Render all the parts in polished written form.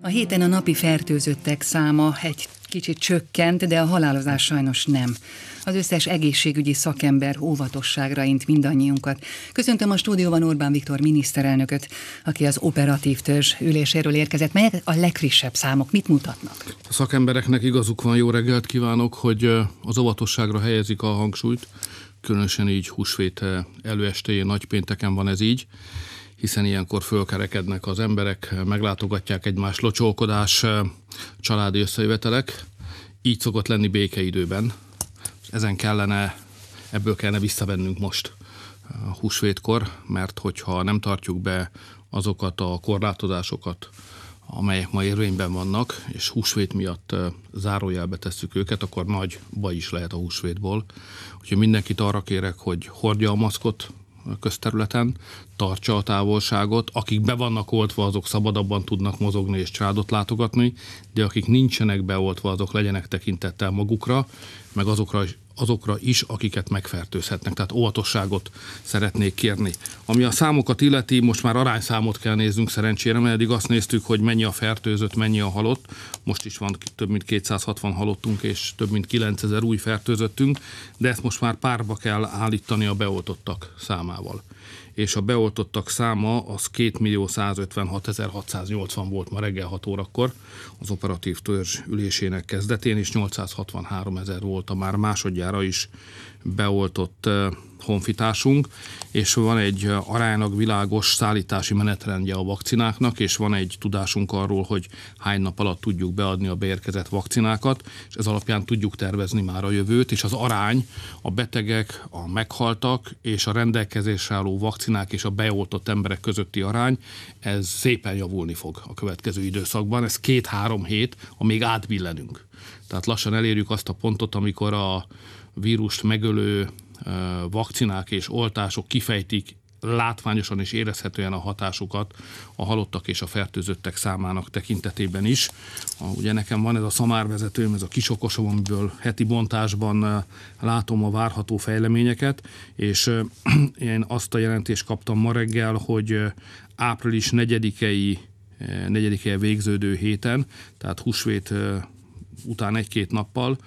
A héten a napi fertőzöttek száma egy kicsit csökkent, de a halálozás sajnos nem. Az összes egészségügyi szakember óvatosságra int mindannyiunkat. Köszöntöm a stúdióban Orbán Viktor miniszterelnököt, aki az operatív törzs üléséről érkezett. Melyek a legfrissebb számok? Mit mutatnak? A szakembereknek igazuk van, jó reggelt kívánok, hogy az óvatosságra helyezik a hangsúlyt. Különösen így húsvét előestéjén, nagypénteken van ez így, hiszen ilyenkor fölkerekednek az emberek, meglátogatják egymást, locsolkodás, családi összejövetelek. Így szokott lenni békeidőben. Ebből kellene visszavennünk most a húsvétkor, mert hogyha nem tartjuk be azokat a korlátozásokat, amelyek ma érvényben vannak, és húsvét miatt zárójelbe tesszük őket, akkor nagy baj is lehet a húsvétból. Úgyhogy mindenkit arra kérek, hogy hordja a maszkot közterületen, tartsa a távolságot. Akik be vannak oltva, azok szabadabban tudnak mozogni és családot látogatni, de akik nincsenek beoltva, azok legyenek tekintettel magukra, meg azokra is, akiket megfertőzhetnek. Tehát óvatosságot szeretnék kérni. Ami a számokat illeti, most már arányszámot kell néznünk szerencsére, mert eddig azt néztük, hogy mennyi a fertőzött, mennyi a halott. Most is van több mint 260 halottunk, és több mint 9000 új fertőzöttünk, de ezt most már párba kell állítani a beoltottak számával. És a beoltottak száma az 2.156.680 volt ma reggel 6 órakor az operatív törzs ülésének kezdetén, és 863 000 volt a már másodjára is beoltott honfitársunk, és van egy aránylag világos szállítási menetrendje a vakcináknak, és van egy tudásunk arról, hogy hány nap alatt tudjuk beadni a beérkezett vakcinákat, és ez alapján tudjuk tervezni már a jövőt, és az arány, a betegek, a meghaltak, és a rendelkezésre álló vakcinák és a beoltott emberek közötti arány, ez szépen javulni fog a következő időszakban. Ez 2-3 hét, amíg átbillenünk. Tehát lassan elérjük azt a pontot, amikor a vírust megölő vakcinák és oltások kifejtik látványosan és érezhetően a hatásukat a halottak és a fertőzöttek számának tekintetében is. Ugye nekem van ez a szamárvezetőm, ez a kisokosom, amiből heti bontásban látom a várható fejleményeket, és én azt a jelentést kaptam ma reggel, hogy április 4-i végződő héten, tehát húsvét után 1-2 nappal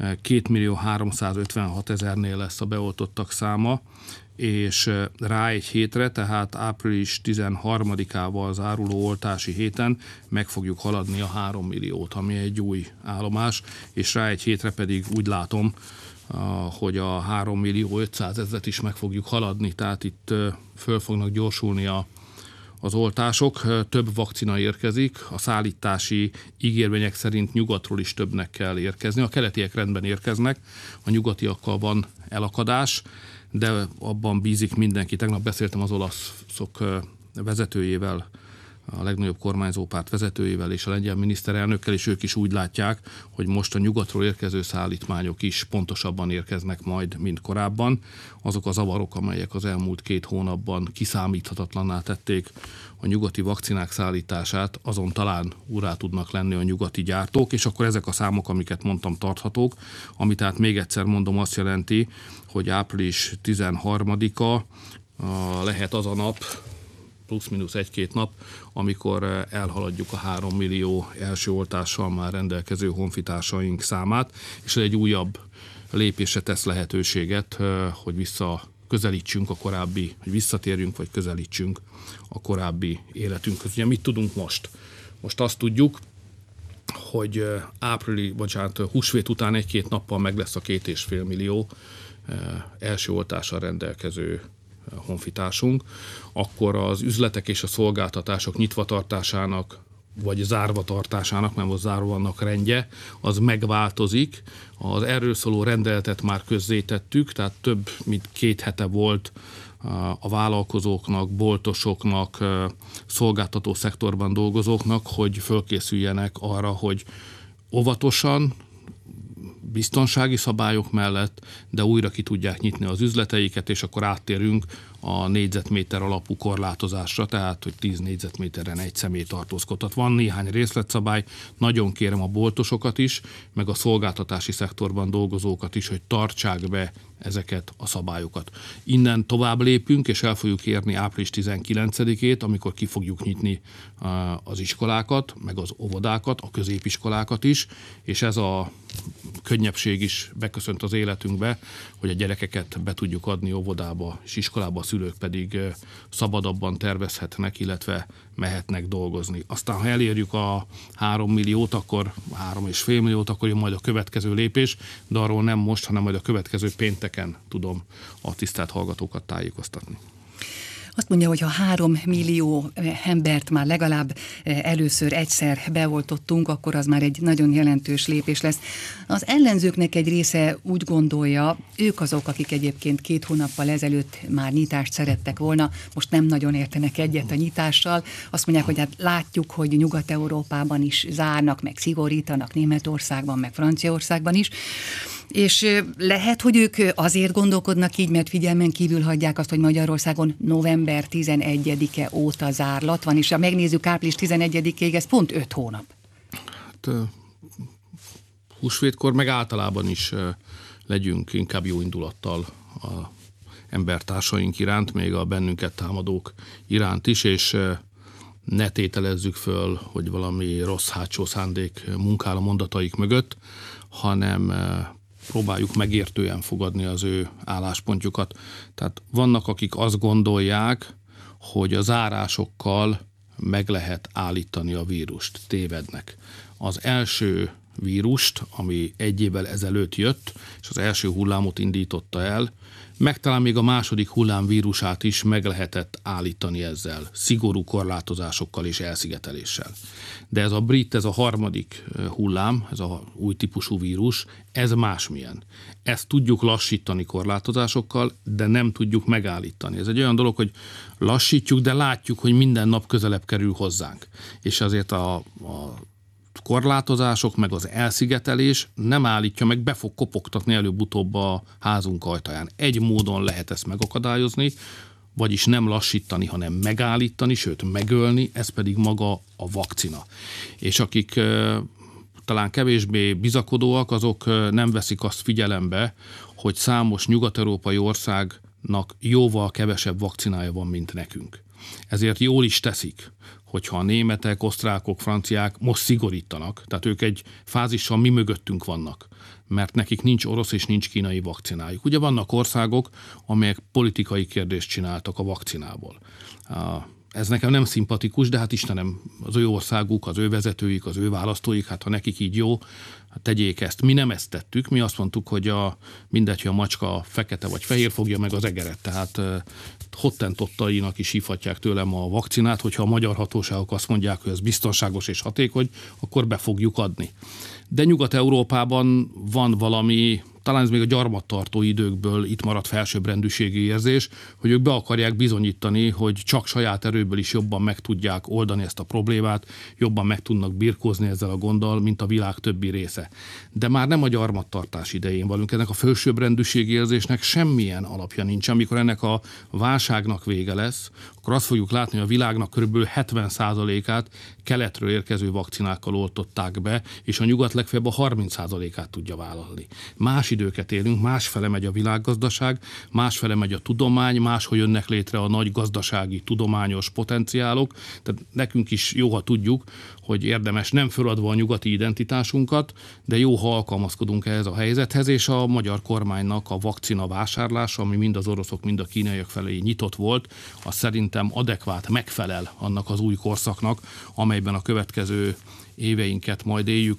2.356.000-nél lesz a beoltottak száma, és rá egy hétre, tehát április 13-ával záruló oltási héten meg fogjuk haladni a 3 milliót, ami egy új állomás, és rá egy hétre pedig úgy látom, hogy a 3.500.000 is meg fogjuk haladni, tehát itt föl fognak gyorsulni az oltások, több vakcina érkezik, a szállítási ígérvények szerint nyugatról is többnek kell érkezni. A keletiek rendben érkeznek, a nyugatiakkal van elakadás, de abban bízik mindenki. Tegnap beszéltem az olaszok vezetőjével, a legnagyobb kormányzópárt vezetőjével és a lengyel miniszterelnökkel, és ők is úgy látják, hogy most a nyugatról érkező szállítmányok is pontosabban érkeznek majd, mint korábban. Azok a zavarok, amelyek az elmúlt 2 hónapban kiszámíthatatlanná tették a nyugati vakcinák szállítását, azon talán úrrá tudnak lenni a nyugati gyártók, és akkor ezek a számok, amiket mondtam, tarthatók, ami tehát még egyszer mondom azt jelenti, hogy április 13-a lehet az a nap, plusz-minusz 1-2 nap, amikor elhaladjuk a 3 millió első oltással már rendelkező honfitársaink számát, és egy újabb lépésre tesz lehetőséget, hogy visszatérjünk, vagy közelítsünk a korábbi életünkhöz. Ugye mit tudunk most? Most azt tudjuk, hogy húsvét után 1-2 nappal meg lesz a 2,5 millió első oltással rendelkező honfitársunk, akkor az üzletek és a szolgáltatások nyitva tartásának, vagy zárva tartásának, mert most zárva vannak rendje, az megváltozik. Az erről szóló rendeletet már közzétettük, tehát több mint 2 hete volt a vállalkozóknak, boltosoknak, szolgáltató szektorban dolgozóknak, hogy fölkészüljenek arra, hogy óvatosan, biztonsági szabályok mellett, de újra ki tudják nyitni az üzleteiket, és akkor áttérünk a négyzetméter alapú korlátozásra, tehát hogy 10 négyzetméteren egy személy tartózkodhat. Van néhány részletszabály, nagyon kérem a boltosokat is, meg a szolgáltatási szektorban dolgozókat is, hogy tartsák be ezeket a szabályokat. Innen tovább lépünk, és el fogjuk érni április 19-ét, amikor ki fogjuk nyitni az iskolákat, meg az óvodákat, a középiskolákat is, és ez a könnyebbség is beköszönt az életünkbe, hogy a gyerekeket be tudjuk adni óvodába és iskolába, a szülők pedig szabadabban tervezhetnek, illetve mehetnek dolgozni. Aztán, ha elérjük a 3 milliót, akkor 3,5 milliót, akkor jön majd a következő lépés, de arról nem most, hanem majd a következő pénteken tudom a tisztelt hallgatókat tájékoztatni. Azt mondja, hogy ha 3 millió embert már legalább először egyszer beoltottunk, akkor az már egy nagyon jelentős lépés lesz. Az ellenzőknek egy része úgy gondolja, ők azok, akik egyébként 2 hónappal ezelőtt már nyitást szerettek volna, most nem nagyon értenek egyet a nyitással. Azt mondják, hogy hát látjuk, hogy Nyugat-Európában is zárnak, meg szigorítanak, Németországban, meg Franciaországban is. És lehet, hogy ők azért gondolkodnak így, mert figyelmen kívül hagyják azt, hogy Magyarországon november 11-e óta zárlat van, és ha megnézzük április 11-ig, ez pont 5 hónap. Hát, húsvétkor meg általában is legyünk inkább jó indulattal a embertársaink iránt, még a bennünket támadók iránt is, és ne tételezzük föl, hogy valami rossz hátsó szándék munkál a mondataik mögött, hanem próbáljuk megértően fogadni az ő álláspontjukat. Tehát vannak, akik azt gondolják, hogy a zárásokkal meg lehet állítani a vírust. Tévednek. Az első vírust, ami 1 évvel ezelőtt jött, és az első hullámot indította el, meg talán még a második hullám vírusát is meg lehetett állítani ezzel, szigorú korlátozásokkal és elszigeteléssel. De ez a brit, ez a harmadik hullám, ez a új típusú vírus, ez másmilyen. Ezt tudjuk lassítani korlátozásokkal, de nem tudjuk megállítani. Ez egy olyan dolog, hogy lassítjuk, de látjuk, hogy minden nap közelebb kerül hozzánk. És azért a korlátozások, meg az elszigetelés nem állítja meg, be fog kopogtatni előbb-utóbb a házunk ajtaján. Egy módon lehet ezt megakadályozni, vagyis nem lassítani, hanem megállítani, sőt megölni, ez pedig maga a vakcina. És akik talán kevésbé bizakodóak, azok nem veszik azt figyelembe, hogy számos nyugat-európai országnak jóval kevesebb vakcinája van, mint nekünk. Ezért jól is teszik, hogyha a németek, osztrákok, franciák most szigorítanak, tehát ők egy fázissal mi mögöttünk vannak, mert nekik nincs orosz és nincs kínai vakcinájuk. Ugye vannak országok, amelyek politikai kérdést csináltak a vakcinából. Ez nekem nem szimpatikus, de hát Istenem, az ő országuk, az ő vezetőik, az ő választóik, hát ha nekik így jó, hát tegyék ezt. Mi nem ezt tettük, mi azt mondtuk, hogy mindegy, hogy a macska fekete vagy fehér, fogja meg az egeret. Tehát hottentottainak is hívhatják tőlem a vakcinát, hogyha a magyar hatóságok azt mondják, hogy ez biztonságos és hatékony, akkor be fogjuk adni. De Nyugat-Európában van valami, talán ez még a gyarmattartó időkből itt maradt felsőbbrendűségi érzés, hogy ők be akarják bizonyítani, hogy csak saját erőből is jobban meg tudják oldani ezt a problémát, jobban meg tudnak birkózni ezzel a gonddal, mint a világ többi része. De már nem a gyarmattartás idején vagyunk, ennek a felsőbbrendűségi érzésnek semmilyen alapja nincs. Amikor ennek a válságnak vége lesz, akkor azt fogjuk látni, hogy a világnak kb. 70%-át keletről érkező vakcinákkal oltották be, és a nyugat legfeljebb a 30%-át tudja vállalni. Más időket élünk, másfele megy a világgazdaság, másfele megy a tudomány, máshol jönnek létre a nagy gazdasági, tudományos potenciálok. Tehát nekünk is jó, ha tudjuk, hogy érdemes nem föladva a nyugati identitásunkat, de jó, ha alkalmazkodunk ehhez a helyzethez, és a magyar kormánynak a vakcina vásárlása, ami mind az oroszok, mind a kínaiak felé nyitott volt, az szerintem adekvát, megfelel annak az új korszaknak, amelyben a következő éveinket majd éljük.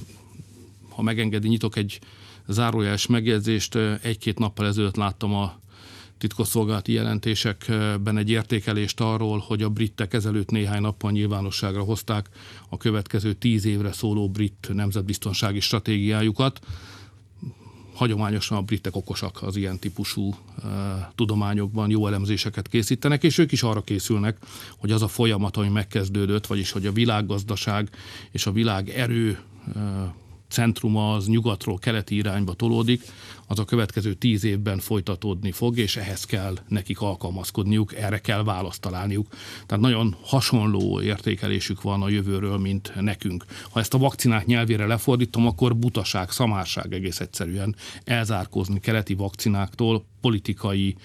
Ha megengedi, nyitok egy zárójeles megjegyzést. 1-2 nappal ezelőtt láttam a titkosszolgálati jelentésekben egy értékelést arról, hogy a britek ezelőtt néhány nappal nyilvánosságra hozták a következő 10 évre szóló brit nemzetbiztonsági stratégiájukat. Hagyományosan a britek okosak az ilyen típusú tudományokban, jó elemzéseket készítenek, és ők is arra készülnek, hogy az a folyamat, ami megkezdődött, vagyis hogy a világgazdaság és a világ erő centruma az nyugatról keleti irányba tolódik, az a következő 10 évben folytatódni fog, és ehhez kell nekik alkalmazkodniuk, erre kell választ találniuk. Tehát nagyon hasonló értékelésük van a jövőről, mint nekünk. Ha ezt a vakcinák nyelvére lefordítom, akkor butaság, szamárság egész egyszerűen elzárkózni keleti vakcináktól politikai,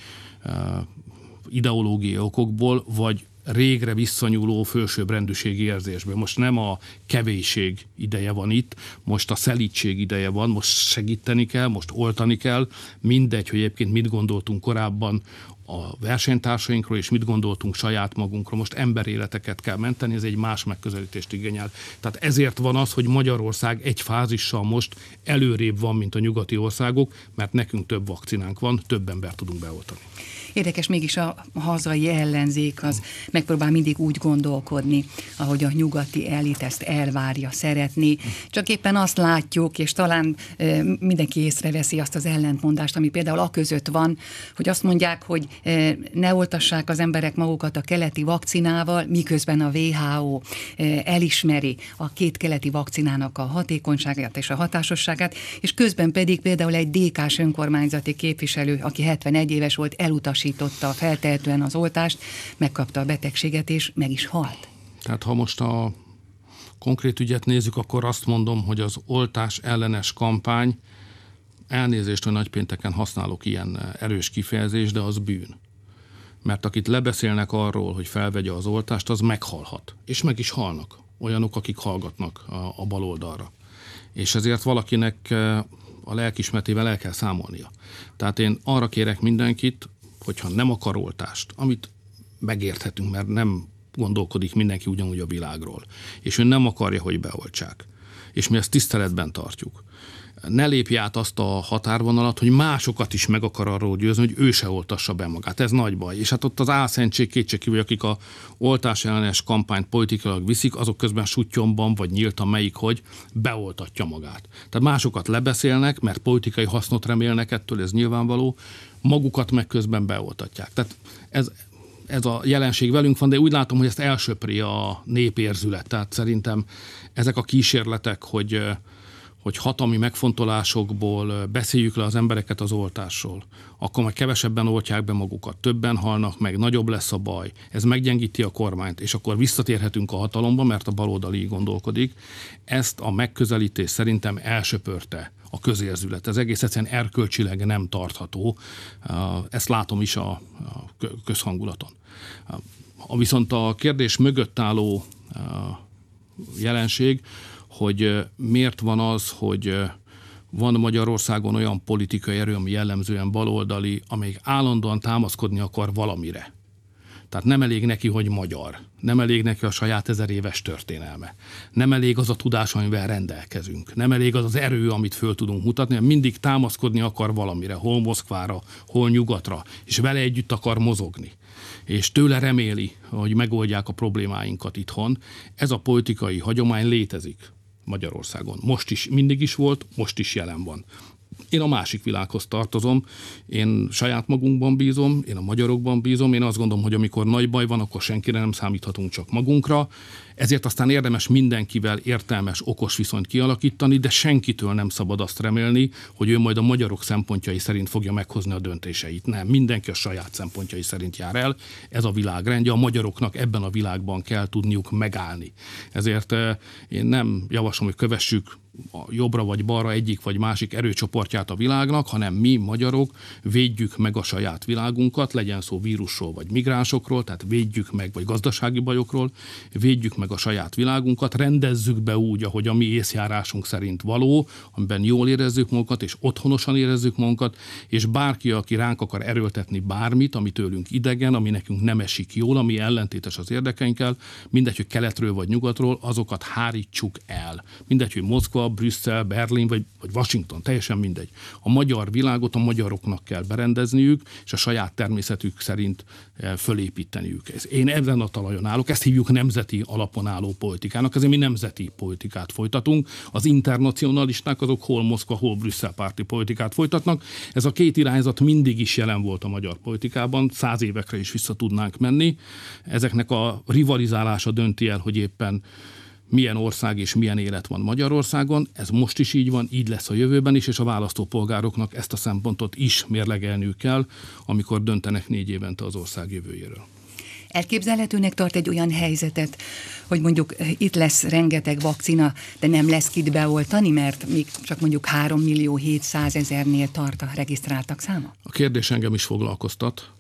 ideológiai okokból, vagy régre visszanyúló felsőbbrendűségi érzésből. Most nem a kevésség ideje van itt, most a szelídség ideje van, most segíteni kell, most oltani kell. Mindegy, hogy egyébként mit gondoltunk korábban a versenytársainkról, és mit gondoltunk saját magunkról. Most emberéleteket kell menteni, ez egy más megközelítést igényel. Tehát ezért van az, hogy Magyarország egy fázissal most előrébb van, mint a nyugati országok, mert nekünk több vakcinánk van, több embert tudunk beoltani. Érdekes, mégis a hazai ellenzék az megpróbál mindig úgy gondolkodni, ahogy a nyugati elit ezt elvárja, szeretni. Csak éppen azt látjuk, és talán mindenki észreveszi azt az ellentmondást, ami például aközött van, hogy azt mondják, hogy ne oltassák az emberek magukat a keleti vakcinával, miközben a WHO elismeri a 2 keleti vakcinának a hatékonyságát és a hatásosságát, és közben pedig például egy DK-s önkormányzati képviselő, aki 71 éves volt, elutasította feltehetően az oltást, megkapta a betegséget, és meg is halt. Tehát ha most a konkrét ügyet nézzük, akkor azt mondom, hogy az oltás ellenes kampány, elnézést, hogy nagypénteken használok ilyen erős kifejezést, de az bűn. Mert akit lebeszélnek arról, hogy felvegye az oltást, az meghalhat. És meg is halnak olyanok, akik hallgatnak a baloldalra. És ezért valakinek a lelkismeretével el kell számolnia. Tehát én arra kérek mindenkit, hogyha nem akar oltást, amit megérthetünk, mert nem gondolkodik mindenki ugyanúgy a világról, és ő nem akarja, hogy beoltsák, és mi ezt tiszteletben tartjuk. Ne lépj át azt a határvonalat, hogy másokat is meg akar arról győzni, hogy ő se oltassa be magát. Ez nagy baj. És hát ott az álszentség kétségkívül, akik a oltás ellenes kampányt politikailag viszik, azok közben suttyomban vagy nyíltan melyik, hogy beoltatja magát. Tehát másokat lebeszélnek, mert politikai hasznot remélnek ettől, ez nyilvánvaló, magukat meg közben beoltatják. Tehát ez a jelenség velünk van, de úgy látom, hogy ezt elsöpri a népérzület. Tehát szerintem ezek a kísérletek, hogy hatalmi megfontolásokból beszéljük le az embereket az oltásról, akkor meg kevesebben oltják be magukat, többen halnak meg, nagyobb lesz a baj, ez meggyengíti a kormányt, és akkor visszatérhetünk a hatalomba, mert a baloldal így gondolkodik. Ezt a megközelítés szerintem elsöpörte a közérzület. Ez egész egyszerűen erkölcsileg nem tartható. Ezt látom is a közhangulaton. Viszont a kérdés mögött álló jelenség, hogy miért van az, hogy van Magyarországon olyan politikai erő, ami jellemzően baloldali, amelyik állandóan támaszkodni akar valamire. Tehát nem elég neki, hogy magyar. Nem elég neki a saját 1000 éves történelme. Nem elég az a tudás, amivel rendelkezünk. Nem elég az az erő, amit föl tudunk mutatni, hanem mindig támaszkodni akar valamire, hol Moszkvára, hol nyugatra, és vele együtt akar mozogni. És tőle reméli, hogy megoldják a problémáinkat itthon. Ez a politikai hagyomány létezik Magyarországon. Most is, mindig is volt, most is jelen van. Én a másik világhoz tartozom, én saját magunkban bízom, én a magyarokban bízom, én azt gondolom, hogy amikor nagy baj van, akkor senkire nem számíthatunk, csak magunkra, ezért aztán érdemes mindenkivel értelmes, okos viszonyt kialakítani, de senkitől nem szabad azt remélni, hogy ő majd a magyarok szempontjai szerint fogja meghozni a döntéseit. Nem, mindenki a saját szempontjai szerint jár el, ez a világrendje, a magyaroknak ebben a világban kell tudniuk megállni. Ezért én nem javaslom, hogy kövessük a jobbra vagy balra egyik vagy másik erőcsoportját a világnak, hanem mi, magyarok, védjük meg a saját világunkat, legyen szó vírusról vagy migránsokról, tehát védjük meg, vagy gazdasági bajokról, védjük meg a saját világunkat, rendezzük be úgy, ahogy a mi észjárásunk szerint való, amiben jól érezzük magunkat, és otthonosan érezzük magunkat, és bárki, aki ránk akar erőltetni bármit, ami tőlünk idegen, ami nekünk nem esik jól, ami ellentétes az érdekeinkkel, mindegy, hogy keletről vagy nyugatról, azokat hárítsuk el. Mindegy, hogy Moszkva, Brüsszel, Berlin vagy Washington, teljesen mindegy. A magyar világot a magyaroknak kell berendezniük, és a saját természetük szerint fölépíteniük. Én ezen a talajon állok, ezt hívjuk nemzeti alapon álló politikának, ezért mi nemzeti politikát folytatunk. Az internacionalisták azok hol Moszkva, hol Brüsszel párti politikát folytatnak. Ez a két irányzat mindig is jelen volt a magyar politikában, 100 évekre is vissza tudnánk menni. Ezeknek a rivalizálása dönti el, hogy éppen milyen ország és milyen élet van Magyarországon. Ez most is így van, így lesz a jövőben is, és a választópolgároknak ezt a szempontot is mérlegelniük kell, amikor döntenek 4 évente az ország jövőjéről. Elképzelhetőnek tart egy olyan helyzetet, hogy mondjuk itt lesz rengeteg vakcina, de nem lesz kit beoltani, mert még csak mondjuk 3.700.000-nél tart a regisztráltak száma? A kérdés engem is foglalkoztat.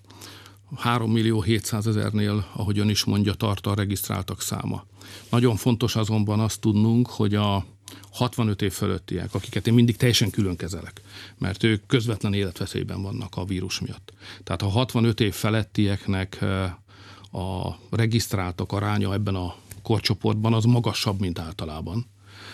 3.700.000-nél, ahogy ön is mondja, tart a regisztráltak száma. Nagyon fontos azonban azt tudnunk, hogy a 65 év fölöttiek, akiket én mindig teljesen külön kezelek, mert ők közvetlen életveszélyben vannak a vírus miatt. Tehát a 65 év felettieknek a regisztráltak aránya ebben a korcsoportban az magasabb, mint általában.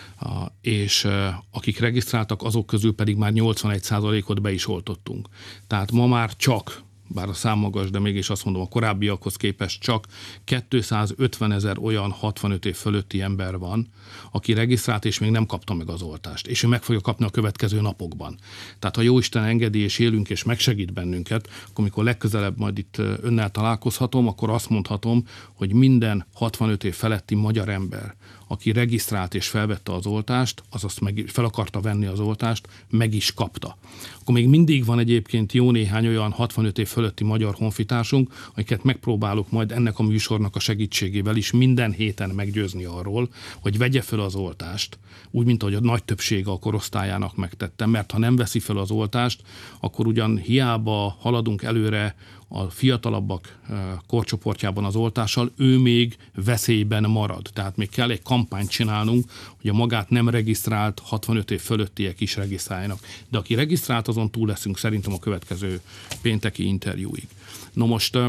És akik regisztráltak, azok közül pedig már 81%-ot be is oltottunk. Tehát ma már csak, bár a szám magas, de mégis azt mondom, a korábbiakhoz képest csak 250.000 olyan 65 év fölötti ember van, aki regisztrált és még nem kapta meg az oltást. És ő meg fogja kapni a következő napokban. Tehát ha Jóisten engedi és élünk és megsegít bennünket, akkor amikor legközelebb majd itt önnel találkozhatom, akkor azt mondhatom, hogy minden 65 év feletti magyar ember, aki regisztrált és felvette az oltást, azaz fel akarta venni az oltást, meg is kapta. Akkor még mindig van egyébként jó néhány olyan 65 év fölötti magyar honfitársunk, akiket megpróbálok majd ennek a műsornak a segítségével is minden héten meggyőzni arról, hogy vegye fel az oltást, úgy, mint ahogy a nagy többsége a korosztályának megtette, mert ha nem veszi fel az oltást, akkor ugyan hiába haladunk előre a fiatalabbak korcsoportjában az oltással, ő még veszélyben marad. Tehát még kell egy kampányt csinálnunk, hogy a magát nem regisztrált 65 év fölöttiek is regisztráljanak. De aki regisztrált, azon túl leszünk szerintem a következő pénteki interjúig. No most,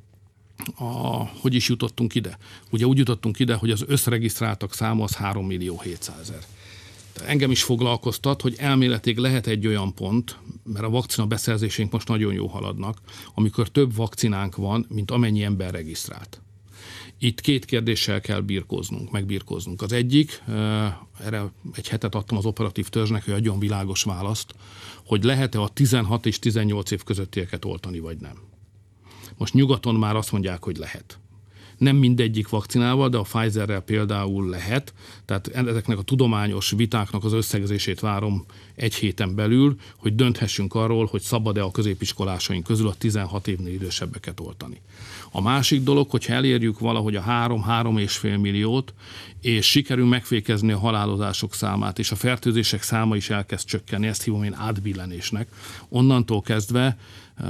hogy is jutottunk ide? Ugye úgy jutottunk ide, hogy az összregisztráltak száma az 3.700.000. Engem is foglalkoztat, hogy elméletileg lehet egy olyan pont, mert a vakcina beszerzésénk most nagyon jó haladnak, amikor több vakcinánk van, mint amennyi ember regisztrált. Itt 2 kérdéssel kell megbirkóznunk. Az egyik, erre egy hetet adtam az operatív törzsnek, hogy adjon világos választ, hogy lehet-e a 16 és 18 év közöttieket oltani, vagy nem. Most nyugaton már azt mondják, hogy lehet. Nem mindegyik vakcinával, de a Pfizerrel például lehet. Tehát ezeknek a tudományos vitáknak az összegzését várom 1 héten belül, hogy dönthessünk arról, hogy szabad-e a középiskolásaink közül a 16 évnél idősebbeket oltani. A másik dolog, hogyha elérjük valahogy a 3-3,5 milliót, és sikerül megfékezni a halálozások számát, és a fertőzések száma is elkezd csökkenni, ezt hívom én átbillenésnek. Onnantól kezdve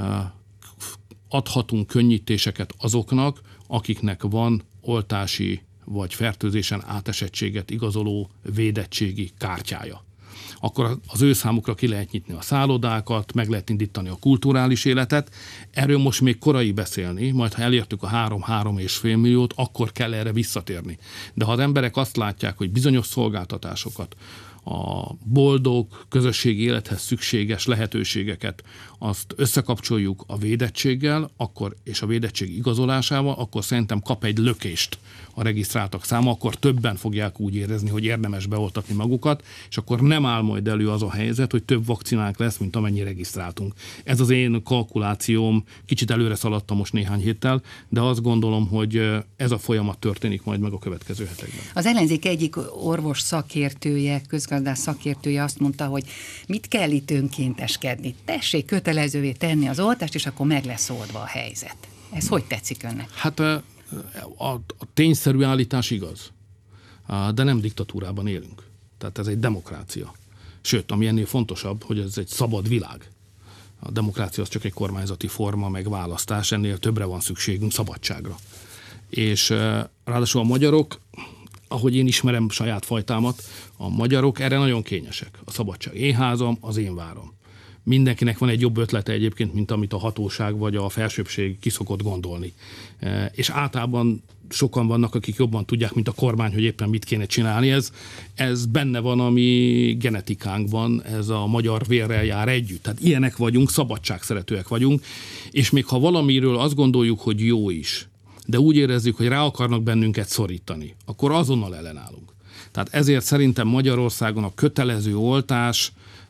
adhatunk könnyítéseket azoknak, akiknek van oltási vagy fertőzésen átesettséget igazoló védettségi kártyája. Akkor az ő számukra ki lehet nyitni a szállodákat, meg lehet indítani a kulturális életet. Erről most még korai beszélni, majd ha elértük a 3-3,5 milliót, akkor kell erre visszatérni. De ha az emberek azt látják, hogy bizonyos szolgáltatásokat, a boldog közösségi élethez szükséges lehetőségeket, azt összekapcsoljuk a védettséggel, és a védettség igazolásával, akkor szerintem kap egy lökést a regisztráltak száma, akkor többen fogják úgy érezni, hogy érdemes beoltatni magukat, és akkor nem áll majd elő az a helyzet, hogy több vakcinánk lesz, mint amennyi regisztráltunk. Ez az én kalkulációm, kicsit előre szaladtam most néhány héttel, de azt gondolom, hogy ez a folyamat történik majd meg a következő hetekben. Az ellenzék egyik orvos szakértője, közgazdász szakértője azt mondta, hogy mit kell itt önkénteskedni. Tessék kötelezővé tenni az oltást, és akkor meg lesz oldva a helyzet. Ez hogy tetszik önnek? Hát a tényszerű állítás igaz, de nem diktatúrában élünk. Tehát ez egy demokrácia. Sőt, ami ennél fontosabb, hogy ez egy szabad világ. A demokrácia az csak egy kormányzati forma, meg választás, ennél többre van szükségünk, szabadságra. És ráadásul a magyarok, ahogy én ismerem saját fajtámat, a magyarok erre nagyon kényesek. A szabadság én házam, az én várom. Mindenkinek van egy jobb ötlete egyébként, mint amit a hatóság vagy a felsőbbség ki szokott gondolni. És általában sokan vannak, akik jobban tudják, mint a kormány, hogy éppen mit kéne csinálni. Ez benne van a mi genetikánkban, ez a magyar vérrel jár együtt. Tehát ilyenek vagyunk, szabadságszeretőek vagyunk, és még ha valamiről azt gondoljuk, hogy jó is, de úgy érezzük, hogy rá akarnak bennünket szorítani, akkor azonnal ellenállunk. Tehát ezért szerintem Magyarországon a kötelező oltás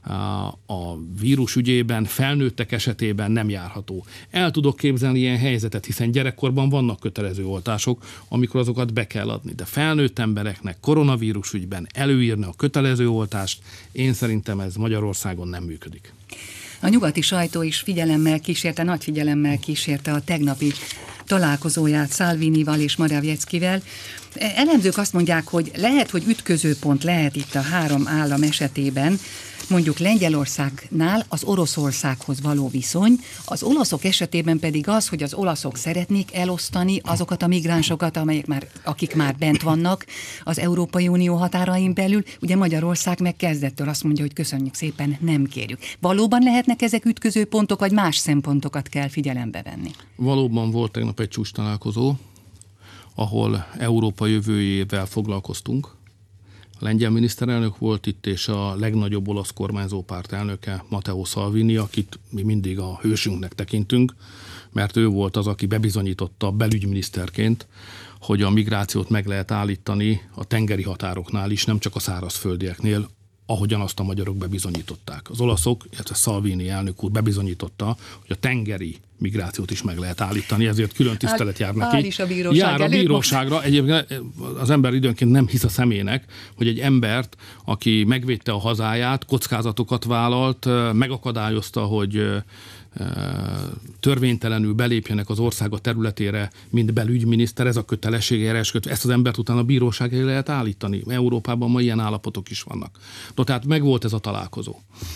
a vírus ügyében, felnőttek esetében nem járható. El tudok képzelni ilyen helyzetet, hiszen gyerekkorban vannak kötelező oltások, amikor azokat be kell adni. De felnőtt embereknek koronavírus ügyben előírni a kötelező oltást, én szerintem ez Magyarországon nem működik. A nyugati sajtó is nagy figyelemmel kísérte a tegnapi találkozóját Salvinival és Morawieckivel. Elemzők azt mondják, hogy lehet, hogy ütközőpont lehet itt a három állam esetében, mondjuk Lengyelországnál az Oroszországhoz való viszony, az olaszok esetében pedig az, hogy az olaszok szeretnék elosztani azokat a migránsokat, akik már bent vannak az Európai Unió határain belül. Ugye Magyarország meg kezdettől azt mondja, hogy köszönjük szépen, nem kérjük. Valóban lehetnek ezek ütközőpontok, vagy más szempontokat kell figyelembe venni? Valóban volt tegnap egy csúcstalálkozó, ahol Európa jövőjével foglalkoztunk. A lengyel miniszterelnök volt itt, és a legnagyobb olasz kormányzó párt elnöke, Matteo Salvini, akit mi mindig a hősünknek tekintünk, mert ő volt az, aki bebizonyította belügyminiszterként, hogy a migrációt meg lehet állítani a tengeri határoknál is, nem csak a szárazföldieknél, ahogyan azt a magyarok bebizonyították. Az olaszok, illetve Salvini elnök úr bebizonyította, hogy a tengeri migrációt is meg lehet állítani, ezért külön tisztelet jár neki. Jár a bíróságra. Egyébként az ember időnként nem hisz a szemének, hogy egy embert, aki megvédte a hazáját, kockázatokat vállalt, megakadályozta, hogy törvénytelenül belépjenek az országa területére, mint belügyminiszter, ez a kötelessége, ezt az embert utána a bíróság elé lehet állítani. Európában ma ilyen állapotok is vannak. Tehát megvolt ez a találkozó.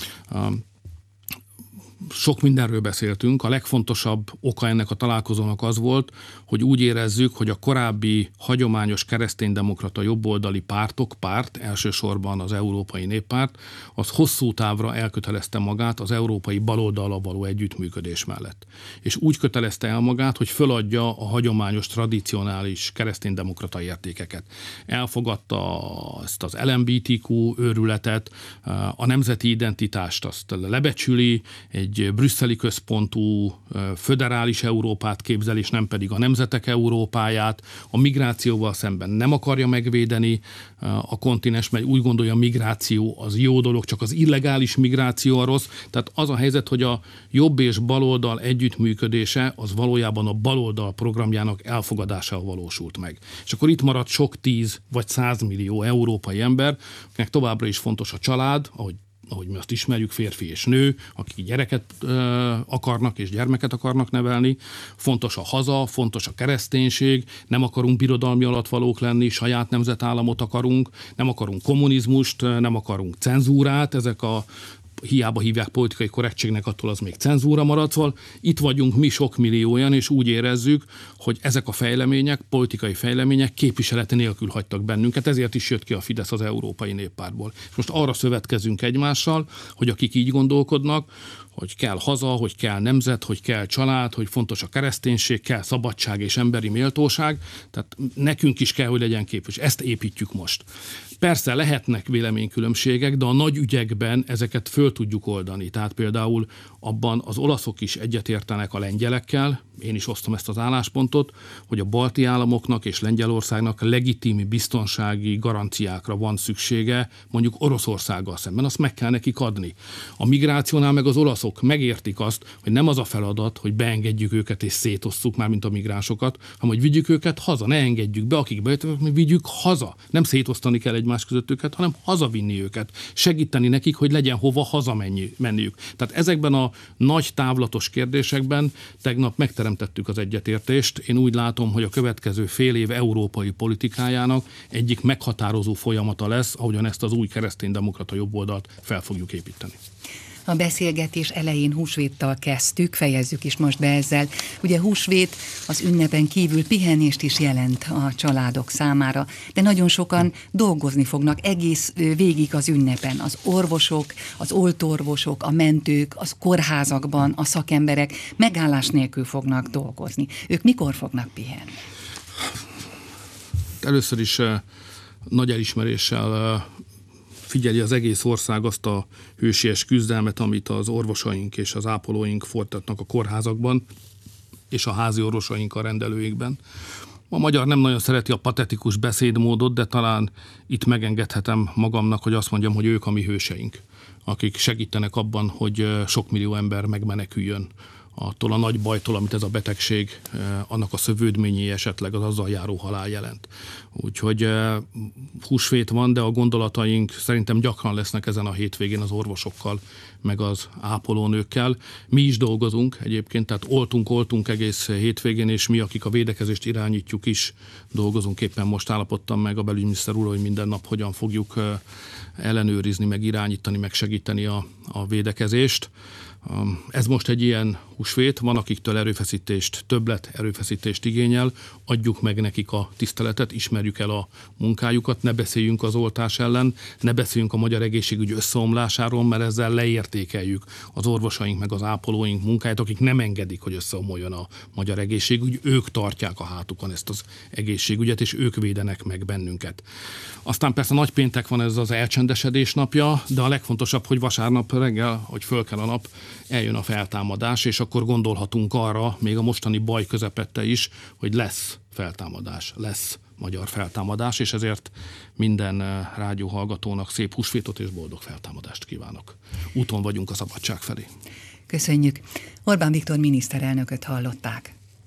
Sok mindenről beszéltünk. A legfontosabb oka ennek a találkozónak az volt, hogy úgy érezzük, hogy a korábbi hagyományos kereszténydemokrata jobboldali párt, elsősorban az Európai Néppárt, az hosszú távra elkötelezte magát az európai baloldallal való együttműködés mellett. És úgy kötelezte el magát, hogy föladja a hagyományos, tradicionális kereszténydemokrata értékeket. Elfogadta ezt az LMBTQ őrületet, a nemzeti identitást azt lebecsüli, egy brüsszeli központú föderális Európát képzel, és nem pedig a nemzetek Európáját. A migrációval szemben nem akarja megvédeni a kontinens, mert úgy gondolja, a migráció az jó dolog, csak az illegális migráció a rossz. Tehát az a helyzet, hogy a jobb és baloldal együttműködése az valójában a baloldal programjának elfogadásával valósult meg. És akkor itt maradt sok 10 vagy 100 millió európai ember, akinek továbbra is fontos a család, ahogy mi azt ismerjük, férfi és nő, akik gyereket akarnak és gyermeket akarnak nevelni. Fontos a haza, fontos a kereszténység, nem akarunk birodalmi alattvalók lenni, saját nemzetállamot akarunk, nem akarunk kommunizmust, nem akarunk cenzúrát, ezek a hiába hívják politikai korrektségnek, attól az még cenzúra marad, szóval itt vagyunk mi sok millióan, és úgy érezzük, hogy ezek a fejlemények, politikai fejlemények képviselete nélkül hagytak bennünket, ezért is jött ki a Fidesz az Európai Néppártból. És most arra szövetkezünk egymással, hogy akik így gondolkodnak, hogy kell haza, hogy kell nemzet, hogy kell család, hogy fontos a kereszténység, kell szabadság és emberi méltóság, tehát nekünk is kell, hogy legyen képviselő. Ezt építjük most. Persze lehetnek véleménykülönbségek, de a nagy ügyekben ezeket föl tudjuk oldani. Tehát például abban az olaszok is egyetértenek a lengyelekkel, én is osztom ezt az álláspontot, hogy a balti államoknak és Lengyelországnak legitim biztonsági garanciákra van szüksége, mondjuk Oroszországgal szemben, azt meg kell nekik adni. A migrációnál meg az olaszok megértik azt, hogy nem az a feladat, hogy beengedjük őket és szétosszuk már, mint a migránsokat, hanem hogy vigyük őket haza, ne engedjük be, akik bejöttek, mi vigyük haza. Nem szétosztani kell egymás között őket, hanem hazavinni őket. Segíteni nekik, hogy legyen hova hazamenniük. Tehát ezekben a nagy távlatos kérdésekben tegnap megteremtettük az egyetértést. Én úgy látom, hogy a következő fél év európai politikájának egyik meghatározó folyamata lesz, ahogyan ezt az új kereszténydemokrata jobboldalt fel fogjuk építeni. A beszélgetés elején húsvéttal kezdtük, fejezzük is most be ezzel. Ugye húsvét az ünnepen kívül pihenést is jelent a családok számára, de nagyon sokan dolgozni fognak egész végig az ünnepen. Az orvosok, az oltóorvosok, a mentők, az kórházakban a szakemberek megállás nélkül fognak dolgozni. Ők mikor fognak pihenni? Először is nagy elismeréssel figyeli az egész ország azt a hősies küzdelmet, amit az orvosaink és az ápolóink folytatnak a kórházakban, és a házi orvosaink a rendelőikben. A magyar nem nagyon szereti a patetikus beszédmódot, de talán itt megengedhetem magamnak, hogy azt mondjam, hogy ők a mi hőseink, akik segítenek abban, hogy sok millió ember megmeneküljön attól a nagy bajtól, amit ez a betegség, annak a szövődményé esetleg az azzal járó halál jelent. Úgyhogy húsvét van, de a gondolataink szerintem gyakran lesznek ezen a hétvégén az orvosokkal, meg az ápolónőkkel. Mi is dolgozunk egyébként, tehát oltunk egész hétvégén, és mi, akik a védekezést irányítjuk is, dolgozunk. Éppen most állapodtam meg a belügyminiszter úr, hogy minden nap hogyan fogjuk ellenőrizni, meg irányítani, meg segíteni a védekezést. Ez most egy ilyen húsvét, van akiktől többlet erőfeszítést igényel, adjuk meg nekik a tiszteletet, ismerjük el a munkájukat, ne beszéljünk az oltás ellen, ne beszéljünk a magyar egészségügy összeomlásáról, mert ezzel leértékeljük az orvosaink meg az ápolóink munkáját, akik nem engedik, hogy összeomoljon a magyar egészségügy, ők tartják a hátukon ezt az egészségügyet, és ők védenek meg bennünket. Aztán persze nagypéntek van, ez az elcsendesedés napja, de a legfontosabb, hogy vasárnap reggel, hogy fölkel a nap, eljön a feltámadás, és akkor gondolhatunk arra, még a mostani baj közepette is, hogy lesz feltámadás, lesz magyar feltámadás, és ezért minden rádióhallgatónak szép húsvétot és boldog feltámadást kívánok. Úton vagyunk a szabadság felé. Köszönjük. Orbán Viktor miniszterelnököt hallották.